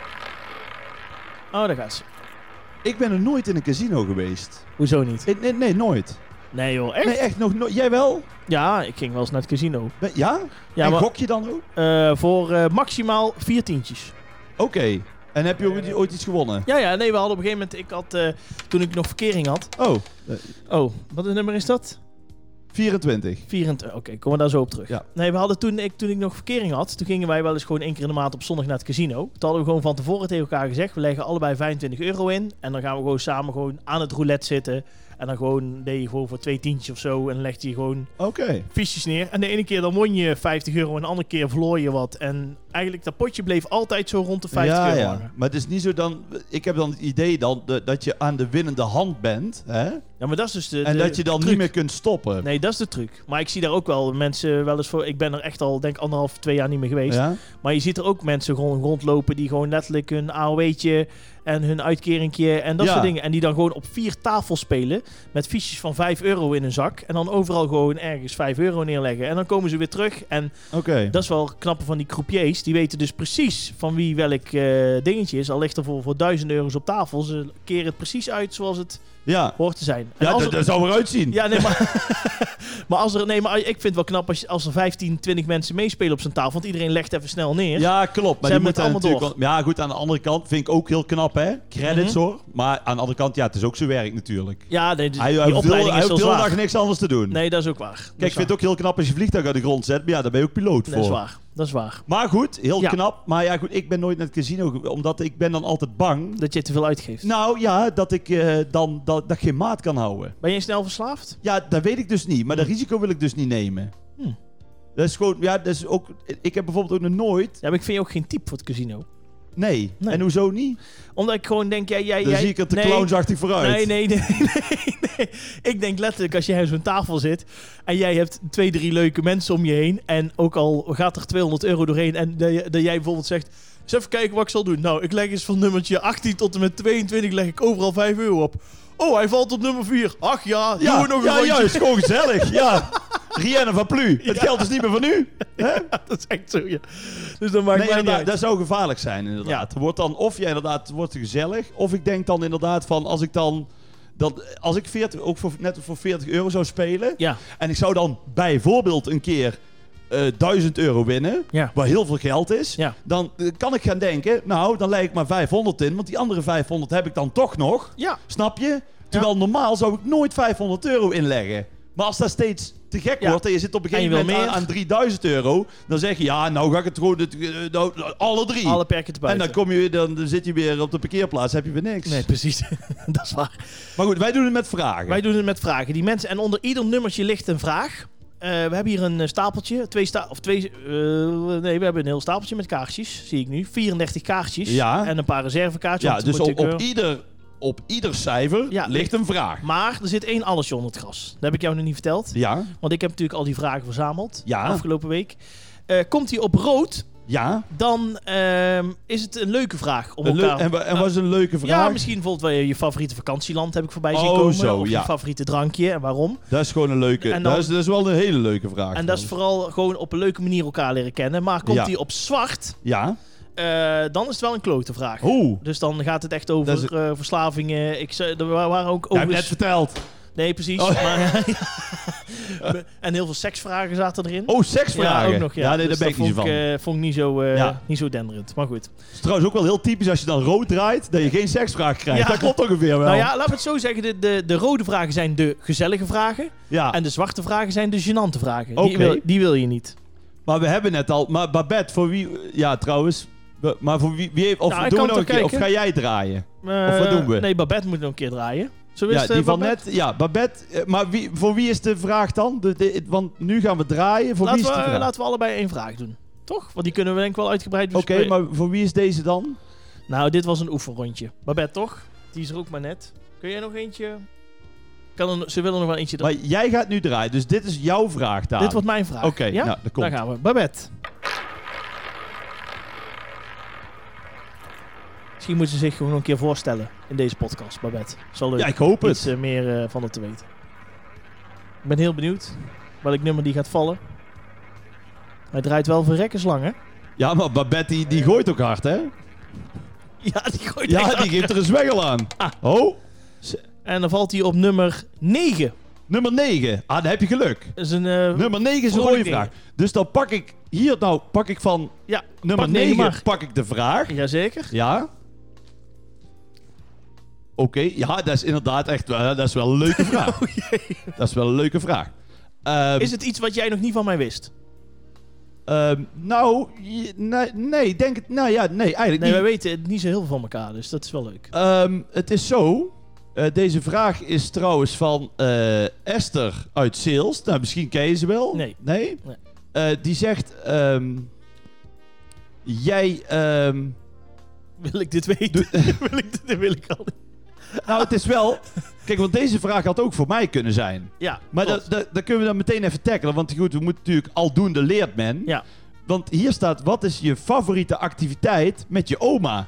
Oh, daar gaat ze. Ik ben er nooit in een casino geweest. Hoezo niet? Nee, nee, nee nooit. Nee joh, echt? Nee, echt nog nooit. Jij wel? Ja, ik ging wel eens naar het casino. Ben, ja? ja? En maar, gok je dan ook? Uh, voor uh, maximaal vier tientjes. Oké. Okay. En heb je ook uh, ooit iets gewonnen? Ja, ja. Nee, we hadden op een gegeven moment... Ik had, uh, toen ik nog verkering had... Oh. Oh, wat een nummer is dat? vierentwintig. vierentwintig, oké, okay, komen we daar zo op terug. Ja. Nee, we hadden toen ik, toen ik nog verkering had, toen gingen wij wel eens gewoon één keer in de maand op zondag naar het casino. Toen hadden we gewoon van tevoren tegen elkaar gezegd, we leggen allebei vijfentwintig euro in. En dan gaan we gewoon samen gewoon aan het roulette zitten. En dan gewoon deed je gewoon voor twee tientjes of zo. En dan legde je gewoon okay. fiches neer. En de ene keer dan won je vijftig euro en de andere keer verloor je wat. En eigenlijk dat potje bleef altijd zo rond de vijftig ja, euro ja. hangen. Maar het is niet zo dan... Ik heb dan het idee dan de, dat je aan de winnende hand bent. Hè? Ja, maar dat is dus de En de dat je dan truc. niet meer kunt stoppen. Nee, dat is de truc. Maar ik zie daar ook wel mensen wel eens voor... Ik ben er echt al, denk anderhalf, twee jaar niet meer geweest. Ja? Maar je ziet er ook mensen gewoon rondlopen die gewoon letterlijk hun A O E'tje en hun uitkeringje en dat ja. soort dingen. En die dan gewoon op vier tafels spelen met fiches van vijf euro in hun zak. En dan overal gewoon ergens vijf euro neerleggen. En dan komen ze weer terug. En okay. dat is wel knappe van die croupiers. Die weten dus precies van wie welk uh, dingetje is. Al ligt er voor, voor duizend euro's op tafel. Ze keren het precies uit zoals het ja. hoort te zijn. En ja, als dat er, zou eruit zien. Ja, nee, maar... maar, als er, nee, maar ik vind het wel knap als, als er vijftien, twintig mensen meespelen op zijn tafel. Want iedereen legt even snel neer. Ja, klopt. Maar Ze die moeten allemaal natuurlijk door. wel, ja, goed, aan de andere kant vind ik ook heel knap, hè. Credits, Mm-hmm. hoor. Maar aan de andere kant, ja, het is ook zijn werk natuurlijk. Ja, nee, hij, die hij opleiding hij is heeft zo heel zwaar. dag niks anders te doen. Nee, dat is ook waar. Dat Kijk, ik vind het ook heel knap als je vliegtuig uit de grond zet. Maar ja, daar ben je ook piloot voor. Dat is waar. Dat is waar. Maar goed, heel ja. knap. Maar ja, goed, ik ben nooit naar het casino, omdat ik ben dan altijd bang. Dat je te veel uitgeeft. Nou ja, dat ik uh, dan dat, dat ik geen maat kan houden. Ben je snel verslaafd? Ja, dat weet ik dus niet. Maar hm. dat risico wil ik dus niet nemen. Hm. Dat is gewoon, ja, dat is ook. Ik heb bijvoorbeeld ook nog nooit. Ja, maar ik vind je ook geen type voor het casino. Nee. nee. En hoezo niet? Omdat ik gewoon denk, jij... jij Dan jij, zie ik er te nee, clownsachtig vooruit. Nee, nee, nee, nee, nee. Ik denk letterlijk, als jij aan zo'n tafel zit en jij hebt twee, drie leuke mensen om je heen en ook al gaat er tweehonderd euro doorheen en dat jij bijvoorbeeld zegt, eens even kijken wat ik zal doen. Nou, ik leg eens van nummertje achttien tot en met tweeëntwintig leg ik overal vijf euro op. Oh, hij valt op nummer vier. Ach ja, ja, doen we nog ja, een ja, rondje. is gewoon gezellig. Ja. Rienne van Plu. Het Ja. geld is niet meer van u. Hè? Ja, dat is echt zo, ja. Dus dan maakt Nee, mij niet inderdaad, uit. dat zou gevaarlijk zijn, inderdaad. Er wordt dan, of jij inderdaad, het wordt gezellig. Of ik denk dan inderdaad van, als ik dan... Dat, als ik veertig, ook voor, net voor veertig euro zou spelen... Ja. En ik zou dan bijvoorbeeld een keer... Uh, duizend euro winnen, Ja. waar heel veel geld is, Ja. dan uh, kan ik gaan denken, nou, dan leg ik maar vijfhonderd in, want die andere vijfhonderd heb ik dan toch nog. Ja. Snap je? Terwijl Ja. normaal zou ik nooit vijfhonderd euro inleggen. Maar als dat steeds te gek Ja. wordt en je zit op een En je gegeven wil moment aan, meer. aan drieduizend euro, dan zeg je, ja, nou ga ik het gewoon, uh, nou, alle drie. Alle perken te en buiten. dan, kom je, weer- dan, dan zit je weer op de parkeerplaats, heb je weer niks. Nee, precies. Dat is waar. Maar goed, wij doen het met vragen. Wij doen het met vragen. Die mensen, en onder ieder nummertje ligt een vraag. we hebben hier een stapeltje. Twee sta of twee, uh, nee, we hebben een heel stapeltje met kaartjes, zie ik nu. vierendertig kaartjes Ja. en een paar reservekaartjes. Ja, dus op, op, ieder, op ieder cijfer Ja, ligt ligt- een vraag. Maar er zit één allesje onder het gras. Dat heb ik jou nog niet verteld. Ja, Want ik heb natuurlijk al die vragen verzameld Ja. afgelopen week. Uh, komt hij op rood, ja. dan uh, is het een leuke vraag om Een leu- elkaar... en, wa- en was een leuke vraag? Ja, misschien bijvoorbeeld wel je, je favoriete vakantieland heb ik voorbij zien Oh, komen. zo, of ja. je favoriete drankje en waarom. Dat is gewoon een leuke... En dan- dat, is, dat is wel een hele leuke vraag. En dat is trouwens. vooral gewoon op een leuke manier elkaar leren kennen. Maar komt Ja. hij op zwart, Ja. uh, dan is het wel een klote vraag. Oeh. Dus dan gaat het echt Dat is- over uh, verslavingen. Ik, zei- er wa- waren ook Jij hebt over... net verteld. Nee, precies. Oh. Maar, en heel veel seksvragen zaten erin. Oh, seksvragen. Ja, ook nog. Ja, nee, dus daar ben ik dat niet zo vond van. ik, uh, vond ik niet zo, uh, Ja. niet zo denderend. Maar goed. Het is trouwens ook wel heel typisch als je dan rood draait, dat je geen seksvraag krijgt. Ja. Dat klopt ongeveer wel. Nou ja, laten we het zo zeggen. De, de, de rode vragen zijn de gezellige vragen. Ja. En de zwarte vragen zijn de gênante vragen. Oké. Die, wil, die wil je niet. Maar we hebben net al... Maar Babette, voor wie... Ja, trouwens... we- Maar voor wie, wie heeft... Of, Nou, ik doen we kan nog een toch keer, of kijken. ga jij draaien? Uh, Of wat doen we? Nee, Babette moet nog een keer draaien. Zullen we Ja, eens, uh, die van Babette? net... Ja, Babette... eh, Maar wie, voor wie is de vraag dan? De, de- want nu gaan we draaien. Voor Laten wie is we, de vraag? laten we allebei één vraag doen. Toch? Want die kunnen we denk ik wel uitgebreid Oké, bespreken. maar voor wie is deze dan? Nou, dit was een oefenrondje. Babette, toch? Die is er ook maar net. Kun jij nog eentje... Kan er, ze willen nog wel eentje draaien. Maar jij gaat nu draaien, dus dit is jouw vraag daar. Dit wordt mijn vraag. Oké, ja? nou, dat komt. Daar gaan we. Babette. Misschien moet ze zich gewoon een keer voorstellen in deze podcast, Babette. Is wel leuk. Ja, ik hoop Iets het. uh, meer uh, van het te weten. Ik ben heel benieuwd welk nummer die gaat vallen. Hij draait wel verrekkenslang, hè? Ja, maar Babette die, die gooit ook hard, hè? Ja, die gooit Ja, echt die geeft er een zwengel aan. Oh, En dan valt hij op nummer negen. nummer negen. Ah, dan heb je geluk. Dat is een... uh, Nummer negen is een vrolijk rode vraag. Dus dan pak ik hier, nou pak ik van Ja, nummer pak negen negen maar. pak ik de vraag. Jazeker. Ja. Oké, ja, dat is inderdaad echt wel, dat is wel een leuke vraag. Oh jee. Dat is wel een leuke vraag. Ehm, Is het iets wat jij nog niet van mij wist? ehm, nou, je- nee, nee, denk het, nou ja, nee, eigenlijk Nee, wij niet. weten het niet zo heel veel van elkaar, dus dat is wel leuk. Ehm, het is zo. eh, deze vraag is trouwens van eh, Esther uit Zeels. Nou, misschien ken je ze wel. Nee. Nee? Nee. Eh, die zegt... ehm, jij... ehm, Wil ik dit weten? wil ik dit wil ik al. nou, het is wel... Kijk, want deze vraag had ook voor mij kunnen zijn. Ja, Maar klopt. dat, dat, dat kunnen we dan meteen even tackelen. Want goed, we moeten natuurlijk aldoende leert men. Ja. Want hier staat, wat is je favoriete activiteit met je oma?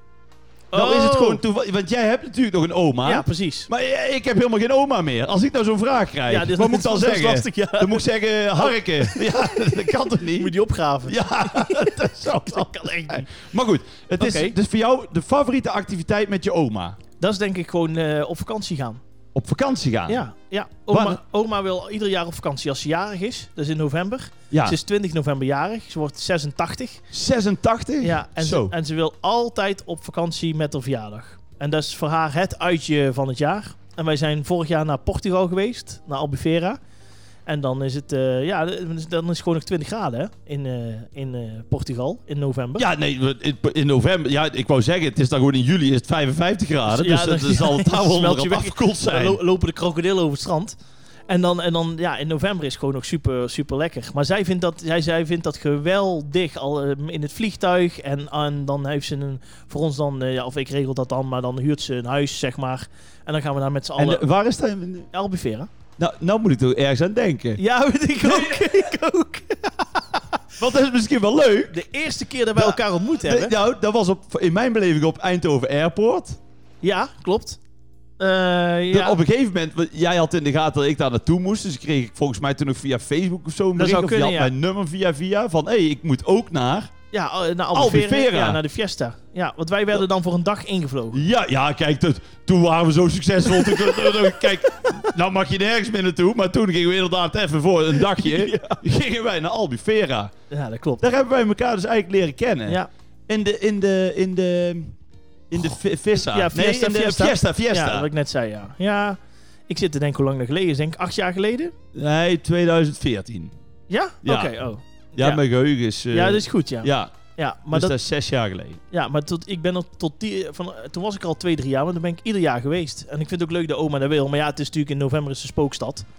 Nou is het Oh. gewoon toeval- want jij hebt natuurlijk nog een oma. Ja, precies. Maar eh, ik heb helemaal geen oma meer. Als ik nou zo'n vraag krijg, Ja, dit- wat moet ik dan dat is zeggen? lastig, ja. Dan moet ik zeggen, harken. Ja, dat kan toch niet? Moet je die opgraven? Ja, dat zou Dat kan echt niet. Maar goed, het is Oké. dus voor jou de favoriete activiteit met je oma. Dat is denk ik gewoon eh, op vakantie gaan. Op vakantie gaan. Ja, ja. Oma, Waar- oma wil ieder jaar op vakantie als ze jarig is. Dat is in november. Ja. Ze is twintig november jarig. Ze wordt zesentachtig. zesentachtig? Ja, en, Zo. ze, en ze wil altijd op vakantie met haar verjaardag. En dat is voor haar het uitje van het jaar. En wij zijn vorig jaar naar Portugal geweest, naar Albufeira. En dan is het, eh, ja, dan is het gewoon nog twintig graden hè? in, eh, in eh, Portugal in november. Ja, nee, in, in november. Ja, ik wou zeggen, het is dan gewoon in juli is het vijfenvijftig graden. Ja, dus dan- het zal het daar wel smelt je onder weg. afgekoeld Dan zijn. lo- lopen de krokodillen over het strand. En dan, en dan, ja, in november is het gewoon nog super, super lekker. Maar zij vindt dat, zij, zij vindt dat geweldig al eh, in het vliegtuig. En, en dan heeft ze een, voor ons dan, eh, ja, of ik regel dat dan, maar dan huurt ze een huis, zeg maar. En dan gaan we daar met z'n En allen... eh, waar is dat? Albufeira. Nou, nou moet ik toch ergens aan denken. Ja, weet ik ook. ik ook. Want dat is misschien wel leuk. De eerste keer dat wij Ja. elkaar ontmoet De- hebben. nou, dat was op, in mijn beleving op Eindhoven Airport. Ja, klopt. Eh, Dat ja, op een gegeven moment, want jij had in de gaten dat ik daar naartoe moest. Dus kreeg ik volgens mij toen nog via Facebook of zo een Dat bericht. zou Of je kunnen, had ja. mijn nummer via via. Van, hé, hey, ik moet ook naar... ja, eh, naar Albufeira. Albufeira. Ja, naar de Fiesta. Ja, want wij werden dan voor een dag ingevlogen. Ja, ja, kijk, tot- toen waren we zo succesvol. Toen- toen- toen- toen- kijk, nou mag je nergens meer naartoe. Maar toen gingen we inderdaad even voor een dagje. Gingen wij naar Albufeira. Ja, dat klopt. Daar hebben wij elkaar dus eigenlijk leren kennen. Ja, In de, in de, in de, in de fi- Vissa. Ja, nee, Fiesta, in de Fiesta. Fiesta, Fiesta. ja, wat ik net zei, ja. Ja, ik zit te denken hoe lang dat geleden is. Denk ik acht jaar geleden? Nee, twintig veertien. Ja? Ja. Oké, oh. Ja, Ja. mijn geheugen is... eh, Ja, dat is goed, ja. Ja, ja, maar, dus dat, dat is zes jaar geleden. ja, maar tot, ik ben er tot die... Van, toen was ik al twee, drie jaar, maar dan ben ik ieder jaar geweest. En ik vind het ook leuk de oma dat wil. Maar ja, het is natuurlijk in november is de spookstad.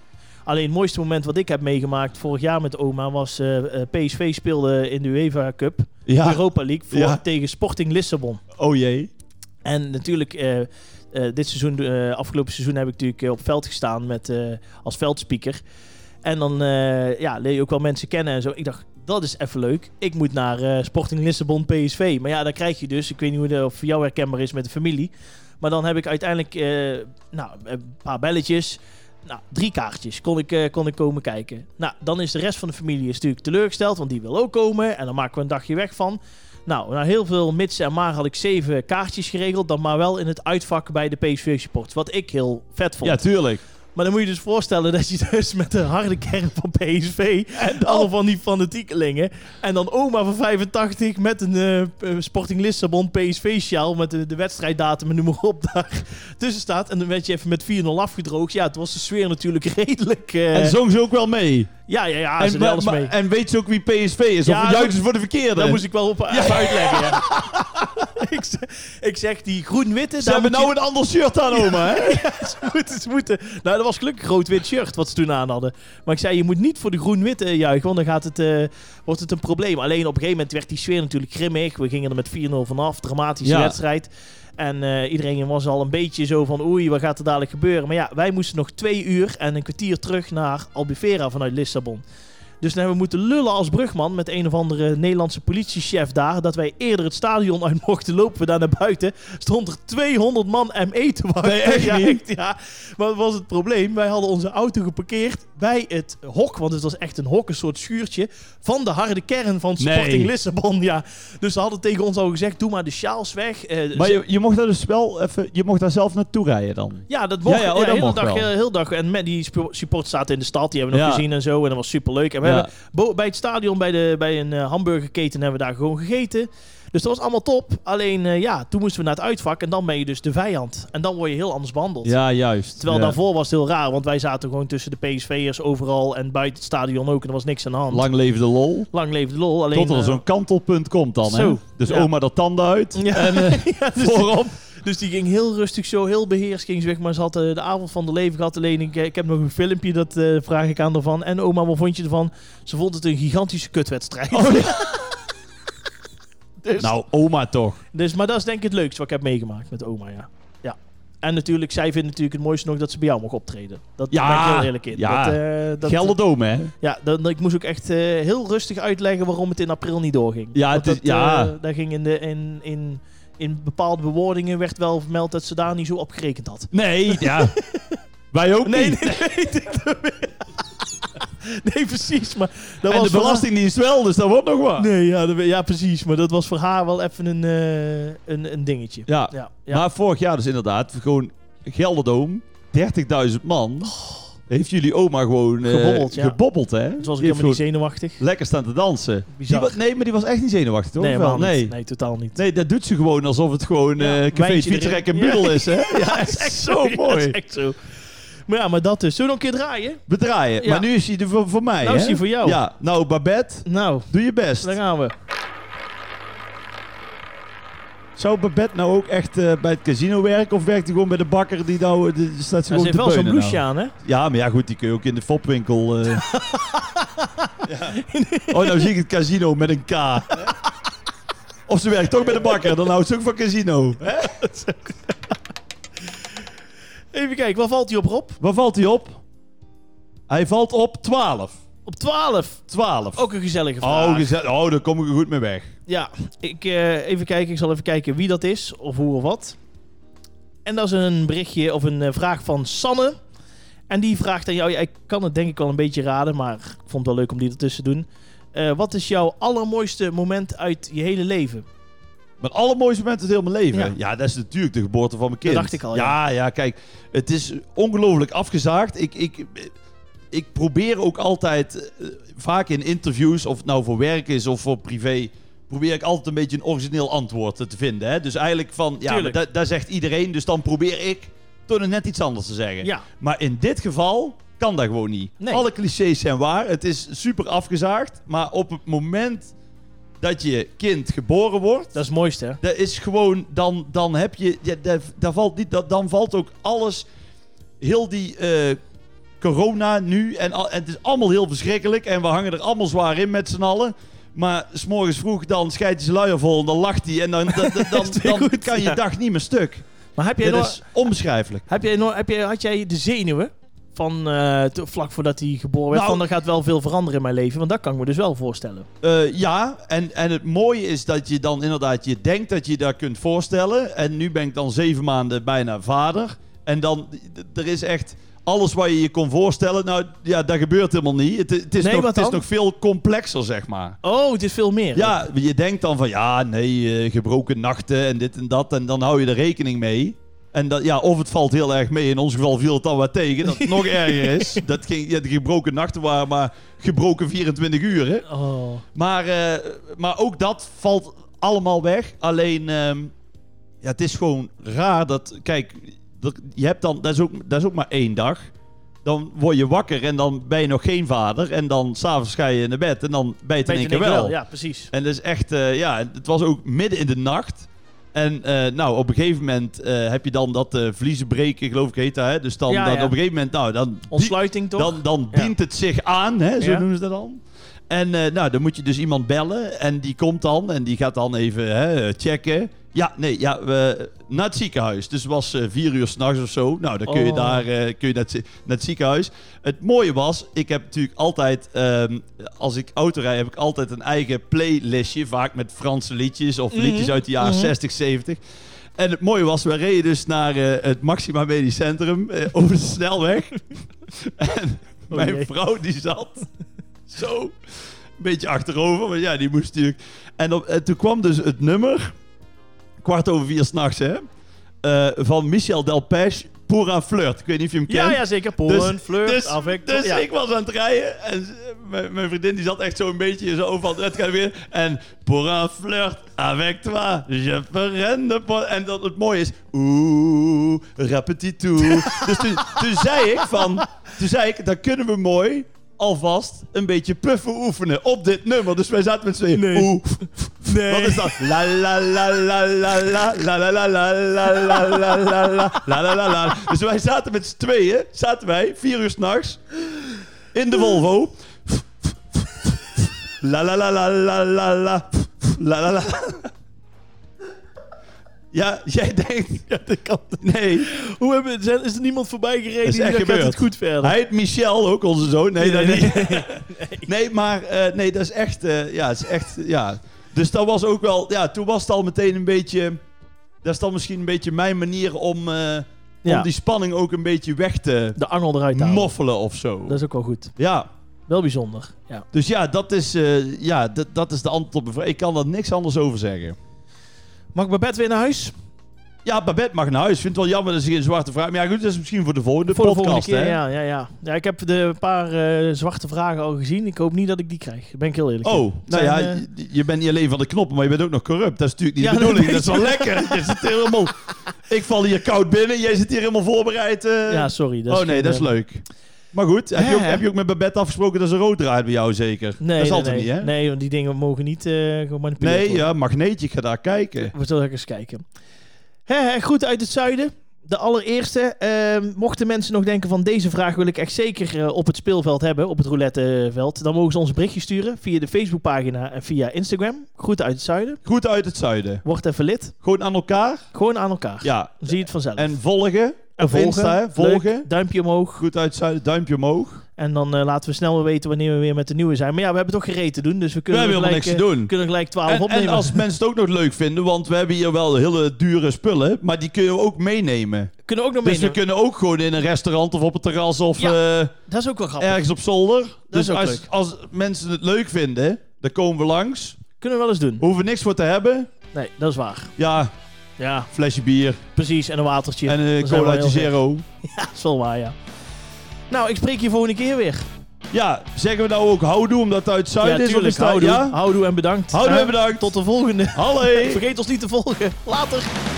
Alleen het mooiste moment wat ik heb meegemaakt vorig jaar met oma was uh, uh, P S V speelde in de UEFA Cup, Ja. Europa League, voor, Ja. tegen Sporting Lissabon. Oh jee. En natuurlijk, uh, uh, dit seizoen, uh, afgelopen seizoen heb ik natuurlijk uh, op veld gestaan met, uh, als veldspeaker. En dan uh, ja, leer je ook wel mensen kennen en zo. Ik dacht, dat is even leuk. Ik moet naar uh, Sporting Lissabon P S V. Maar ja, dan krijg je dus, ik weet niet hoe dat of voor jou herkenbaar is met de familie. Maar dan heb ik uiteindelijk uh, nou, een paar belletjes. Nou, drie kaartjes kon ik, uh, kon ik komen kijken. Nou, dan is de rest van de familie is natuurlijk teleurgesteld, want die wil ook komen. En dan maken we een dagje weg van. Nou, na heel veel mitsen en maar had ik zeven kaartjes geregeld. Dan maar wel in het uitvak bij de P S V-supporters. Wat ik heel vet vond. Ja, tuurlijk. Maar dan moet je dus voorstellen dat je dus met de harde kern van P S V... en alle van die fanatiekelingen... en dan oma van vijfentachtig met een uh, Sporting Lissabon P S V-sjaal... met de, de wedstrijddatum en noem maar op daar tussen staat. En dan werd je even met vier nul afgedroogd. Ja, toen was de sfeer natuurlijk redelijk... Uh... En zong ze ook wel mee? Ja, ja, ja. En, ze maar, alles maar, mee. en weet ze ook wie P S V is? Ja, of juichen ze voor de verkeerde? Dat moest ik wel op, even uitleggen, ja. ik, zeg, ik zeg, die groen-witte... Ze hebben nou je... een ander shirt aan, oma, hè? Ja, ze moeten, ze moeten... Nou, dat was gelukkig een rood-wit shirt wat ze toen aan hadden. Maar ik zei, je moet niet voor de groen-witte juichen, want dan gaat het, uh, wordt het een probleem. Alleen op een gegeven moment werd die sfeer natuurlijk grimmig. We gingen er met vier nul vanaf, dramatische ja. wedstrijd. En uh, iedereen was al een beetje zo van, oei, wat gaat er dadelijk gebeuren? Maar ja, wij moesten nog twee uur en een kwartier terug naar Albufeira vanuit Lissabon. Dus dan hebben we moeten lullen als brugman met een of andere Nederlandse politiechef daar. Dat wij eerder het stadion uit mochten lopen. We daar naar buiten. Stond er tweehonderd man M E te wachten. Nee, echt ja, niet? echt, ja. Maar wat was het probleem? Wij hadden onze auto geparkeerd bij het hok. Want het was echt een hok, een soort schuurtje. Van de harde kern van Sporting Nee. Lissabon. Ja. Dus ze hadden tegen ons al gezegd, doe maar de sjaals weg. Uh, Maar ze- je, je mocht daar dus wel even... Je mocht daar zelf naartoe rijden dan? Ja, dat mocht. Ja, ja, oh, ja, dat heel, mocht dag, wel. uh, heel dag. En met die sp- support zaten in de stad. Die hebben we nog Ja. gezien en zo. En dat was superleuk. En we Ja. hebben bo- bij het stadion, bij, de, bij een uh, hamburgerketen, hebben we daar gewoon gegeten. Dus dat was allemaal top. Alleen, uh, ja, toen moesten we naar het uitvak. En dan ben je dus de vijand. En dan word je heel anders behandeld. Ja, juist. Terwijl ja. daarvoor was het heel raar. Want wij zaten gewoon tussen de P S V'ers overal. En buiten het stadion ook. En er was niks aan de hand. Lang leven de lol. Lang leefde de lol. Alleen, Tot er uh, zo'n kantelpunt komt dan, hè? zo. Dus Ja. oma dat tanden uit. Ja. En uh, ja, dus, voorop. dus die ging heel rustig zo, heel beheerst ging ze weg. Maar ze had uh, de avond van de leven gehad. Alleen, ik, ik heb nog een filmpje, dat uh, vraag ik aan ervan. En oma, wat vond je ervan? Ze vond het een gigantische kutwedstrijd. Oh, ja. dus, Nou, oma toch. dus, maar dat is denk ik het leukste wat ik heb meegemaakt met oma, ja. ja. En natuurlijk, zij vindt natuurlijk het mooiste nog dat ze bij jou mocht optreden. Dat Ja, ben ik heel eerlijk in. ja. Dat, uh, dat, Gelderdome, hè? Ja, dat, ik moest ook echt uh, heel rustig uitleggen waarom het in april niet doorging. Ja, Want het is- dat, ja. uh, daar ging in, de, in, in, in bepaalde bewoordingen werd wel vermeld dat ze daar niet zo op gerekend had. Nee, ja. Wij ook Nee, niet. nee, nee. Nee, precies. Maar dat En was de voor haar- Belastingdienst wel, dus dat wordt nog wat. Nee, ja, dat, ja, precies. Maar dat was voor haar wel even een, uh, een, een dingetje. Ja. Ja, ja. Maar vorig jaar dus inderdaad, gewoon Gelderdoom, dertigduizend man. Heeft jullie oma gewoon uh, Gebobbeld, ja. gebobbeld, hè? Dus was ik Die heeft helemaal niet gewoon zenuwachtig. lekker staan te dansen. Die Bizar. wa- nee, maar die was echt niet zenuwachtig, toch? Nee, Of wel? helemaal niet. nee. Nee, totaal niet. Nee, dat doet ze gewoon alsof het gewoon Ja, eh café wijntje Fietsrek erin. en Budel Ja. is, hè? Ja, dat is echt zo. zo mooi. Dat is echt zo. Maar ja, maar dat dus. Zullen we nog een keer draaien? We draaien. Ja. Maar nu is hij er voor, voor mij, Nou hè? is hij voor jou. Ja, nou Babette, Nou, doe je best. daar gaan we. Zou Babette nou ook echt uh, bij het casino werken? Of werkt hij gewoon bij de bakker die nou... De, staat ze Ja, ze gewoon heeft te wel zo'n beunen blouseje nou? aan, hè? Ja, maar ja goed, die kun je ook in de fopwinkel... Uh... ja. Oh, nou zie ik het casino met een K. Of ze werkt toch bij de bakker, dan houdt ze ook van casino. Hè? Even kijken, waar valt hij op, Rob? Waar valt hij op? Hij valt op twaalf. Op twaalf. twaalf. Ook een gezellige vraag. Oh, geze- oh, daar kom ik er goed mee weg. Ja, ik, uh, even kijken. Ik zal even kijken wie dat is, of hoe of wat. En dat is een berichtje of een uh, vraag van Sanne. En die vraagt aan jou, ja, ik kan het denk ik wel een beetje raden, maar ik vond het wel leuk om die ertussen te doen. Uh, wat is jouw allermooiste moment uit je hele leven? Mijn allermooiste moment uit heel mijn leven? Ja. Ja, dat is natuurlijk de geboorte van mijn kind. Dat dacht ik al, ja. ja. Ja, kijk, het is ongelooflijk afgezaagd. Ik, ik, ik probeer ook altijd, uh, vaak in interviews, of het nou voor werk is of voor privé, probeer ik altijd een beetje een origineel antwoord te vinden. Hè? Dus eigenlijk van, ja, Tuurlijk. da- daar zegt iedereen, dus dan probeer ik toch nog net iets anders te zeggen. Ja. Maar in dit geval kan dat gewoon niet. Nee. Alle clichés zijn waar, het is super afgezaagd, maar op het moment dat je kind geboren wordt, Dat is het mooiste, hè? dat is gewoon, dan, dan heb je, ja, daar, daar valt niet, dat, dan valt ook alles, heel die uh, corona nu. En, al, en het is allemaal heel verschrikkelijk. En we hangen er allemaal zwaar in met z'n allen. Maar 's morgens vroeg dan scheidt hij zijn luier vol en dan lacht hij. En dan, dan, dan, dan, dan goed, kan je ja. dag niet meer stuk. Maar heb jij Dat nog, is onbeschrijfelijk. heb jij nog, heb jij, had jij de zenuwen van eh, to- vlak voordat hij geboren werd? Nou- van er gaat wel veel veranderen in mijn leven. Want dat kan ik me dus wel voorstellen. Uh, ja, en, en het mooie is dat je dan inderdaad, je denkt dat je dat kunt voorstellen. En nu ben ik dan zeven maanden bijna vader. En dan, d- er is echt alles wat je je kon voorstellen. Nou ja, dat gebeurt helemaal niet. Het, het, is, Nee, nog, wat het is dan? nog veel complexer, zeg maar. Oh, het is veel meer. Ja, je denkt dan van ja, nee, uh, gebroken nachten en dit en dat. En dan hou je er rekening mee. En dat, ja, of het valt heel erg mee. In ons geval viel het dan wat tegen. Dat het nog erger is. Dat ging, ja, de gebroken nachten waren maar gebroken vierentwintig uur. Hè? Oh. Maar, uh, maar ook dat valt allemaal weg. Alleen, um, ja, het is gewoon raar dat... Kijk, dat, je hebt dan, dat, is ook, dat is ook maar één dag. Dan word je wakker en dan ben je nog geen vader. En dan s'avonds ga je naar bed en dan ben je het in één keer wel. Ja, precies. En dat is echt... Uh, ja, het was ook midden in de nacht... En uh, nou, op een gegeven moment uh, heb je dan dat uh, vliezen breken, geloof ik heet dat. Hè? Dus dan, Ja, dan ja. op een gegeven moment, nou, dan, Ontsluiting toch? dan, dan Ja. dient het zich aan, hè? Zo Ja. noemen ze dat dan. En uh, nou, dan moet je dus iemand bellen en die komt dan en die gaat dan even hè, checken. Ja, nee, ja, we, naar het ziekenhuis. Dus het was uh, vier uur s'nachts of zo. Nou, dan kun je Oh. daar uh, kun je naar, het, zi- naar het ziekenhuis. Het mooie was, ik heb natuurlijk altijd, um, als ik auto rijd, heb ik altijd een eigen playlistje. Vaak met Franse liedjes of Mhm. liedjes uit de jaren Mhm. zestig, zeventig. En het mooie was, we reden dus naar uh, het Maxima Medisch Centrum uh, over de snelweg. En Oh mijn jee. vrouw die zat zo een beetje achterover. Maar ja, die moest natuurlijk... En, op, en toen kwam dus het nummer, kwart over vier s'nachts, hè. Uh, van Michel Delpech, Pour un flirt. Ik weet niet of je hem kent. Ja, ja, zeker. Pour Dus- een flirt. Dus, avec- dus ja. ik was aan het rijden en z- mijn, mijn vriendin die zat echt zo een beetje zo van het gaat weer. En pour un flirt avec toi, je ferai de po-" En dat het mooie is, oeh, rapetitou. Dus toen, toen zei ik van, toen zei ik, dan kunnen we mooi alvast een beetje puffen oefenen op dit nummer. Dus wij zaten met z'n tweeën, Nee. oeh. Nee. Wat is dat? La la la la la la la la la la la la la la la la la la la. Dus wij zaten met z'n tweeën, zaten wij, vier uur s'nachts, in de Volvo. La la la la la la la la la la. Ja, jij denkt... Ja, dat kan. Nee, Hoe hebben, zijn- is er niemand voorbij gereden is die echt zegt, gaat gebeurd. het goed verder? hij heet Michel, ook onze zoon. Nee, dat Nee, niet. nee. Nee, maar uh, nee, dat is echt, uh, ja, het is echt, ja. Dus dat was ook wel, ja, toen was het al meteen een beetje, dat is dan misschien een beetje mijn manier om, uh, Ja. om die spanning ook een beetje weg te De angel eruit halen. moffelen of zo. Dat is ook wel goed. Ja, Wel bijzonder. Ja. dus ja, dat is, uh, ja, dat, dat is de antwoord op mijn vraag. Ik kan er niks anders over zeggen. Mag Babette weer naar huis? Ja, Babette mag naar huis. Ik vind het wel jammer dat ze geen zwarte vraag... Maar ja, goed, dat is misschien voor de volgende Voor de podcast, volgende keer, hè? ja, ja, ja. Ja, ik heb de paar eh, zwarte vragen al gezien. Ik hoop niet dat ik die krijg. Daar ben ik heel eerlijk in. Oh, nou ja, Zijn, eh, je, je bent niet alleen van de knoppen, maar je bent ook nog corrupt. Dat is natuurlijk niet Ja, de bedoeling. dat Dat is wel lekker. Je zit hier helemaal... Ik val hier koud binnen, jij zit hier helemaal voorbereid. uh. ja, sorry. Dat oh nee, geen, dat is eh, leuk. Maar goed, heb je, ook, Hè? heb je ook met Babette afgesproken dat ze rood draait bij jou zeker? Nee, dat is nee, altijd nee. niet, hè? Nee, want die dingen mogen niet eh gemanipuleerd Nee, worden. ja, magneetje, ik ga daar kijken. We zullen eens kijken. Hè, hè, groeten uit het zuiden. De allereerste. ehm, mochten mensen nog denken van deze vraag wil ik echt zeker eh, op het speelveld hebben, op het rouletteveld, dan mogen ze ons een berichtje sturen via de Facebookpagina en via Instagram. Groeten uit het zuiden. Goed uit het zuiden. Word even lid. Gewoon aan elkaar. Gewoon aan elkaar. Ja. Dan zie je het vanzelf. En volgen. En Op Insta, hè? Volgen. Leuk. Duimpje omhoog. Goed uit het zuiden, duimpje omhoog. En dan eh, laten we snel weer weten wanneer we weer met de nieuwe zijn. Maar ja, we hebben toch gereden te doen, dus we We kunnen hebben er helemaal gelijk, niks te eh, doen. kunnen gelijk twaalf En, opnemen. en als mensen het ook nog leuk vinden, want we hebben hier wel hele dure spullen, maar die kunnen we ook meenemen. Kunnen we ook nog Dus we meenemen. kunnen ook gewoon in een restaurant of op het terras of Ja. eh, Dat is ook wel grappig. ergens op zolder. Dus is ook als, leuk. als mensen het leuk vinden, dan komen we langs. Kunnen we wel eens doen. We hoeven niks voor te hebben. Nee, dat is waar. Ja, Ja, flesje bier precies. En een watertje. en Dan een zijn we colaatje heel ver. zero. Ja, dat is wel waar, ja. Nou, ik spreek je volgende keer weer. Ja, zeggen we nou ook houdoe omdat het uit het zuiden ja, is? Of tuurlijk. is dat- Houdoe. ja? Houdoe en bedankt. Houdoe Eh, en bedankt. Tot de volgende. Hallo. Vergeet ons niet te volgen. Later.